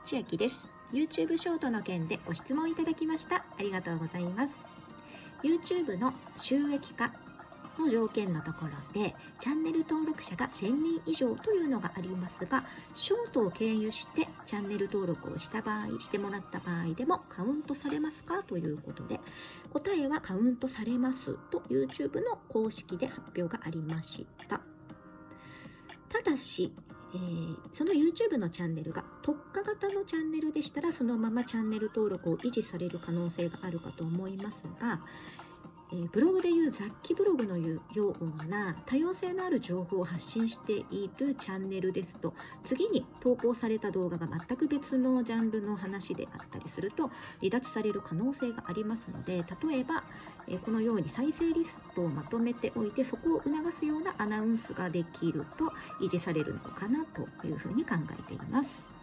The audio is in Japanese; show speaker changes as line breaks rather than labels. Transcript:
千秋です。 YouTube ショートの件でご質問いただきました。ありがとうございます。 YouTube の収益化の条件のところでチャンネル登録者が1000人以上というのがありますが、ショートを経由してチャンネル登録をしてもらった場合でもカウントされますかということで、答えはカウントされますと YouTube の公式で発表がありました。ただし、その YouTube のチャンネルが特化型のチャンネルでしたら、そのままチャンネル登録を維持される可能性があるかと思いますが、ブログでいう雑記ブログのような多様性のある情報を発信しているチャンネルですと、次に投稿された動画が全く別のジャンルの話であったりすると離脱される可能性がありますので、例えばこのように再生リストをまとめておいて、そこを促すようなアナウンスができると維持されるのかなというふうに考えています。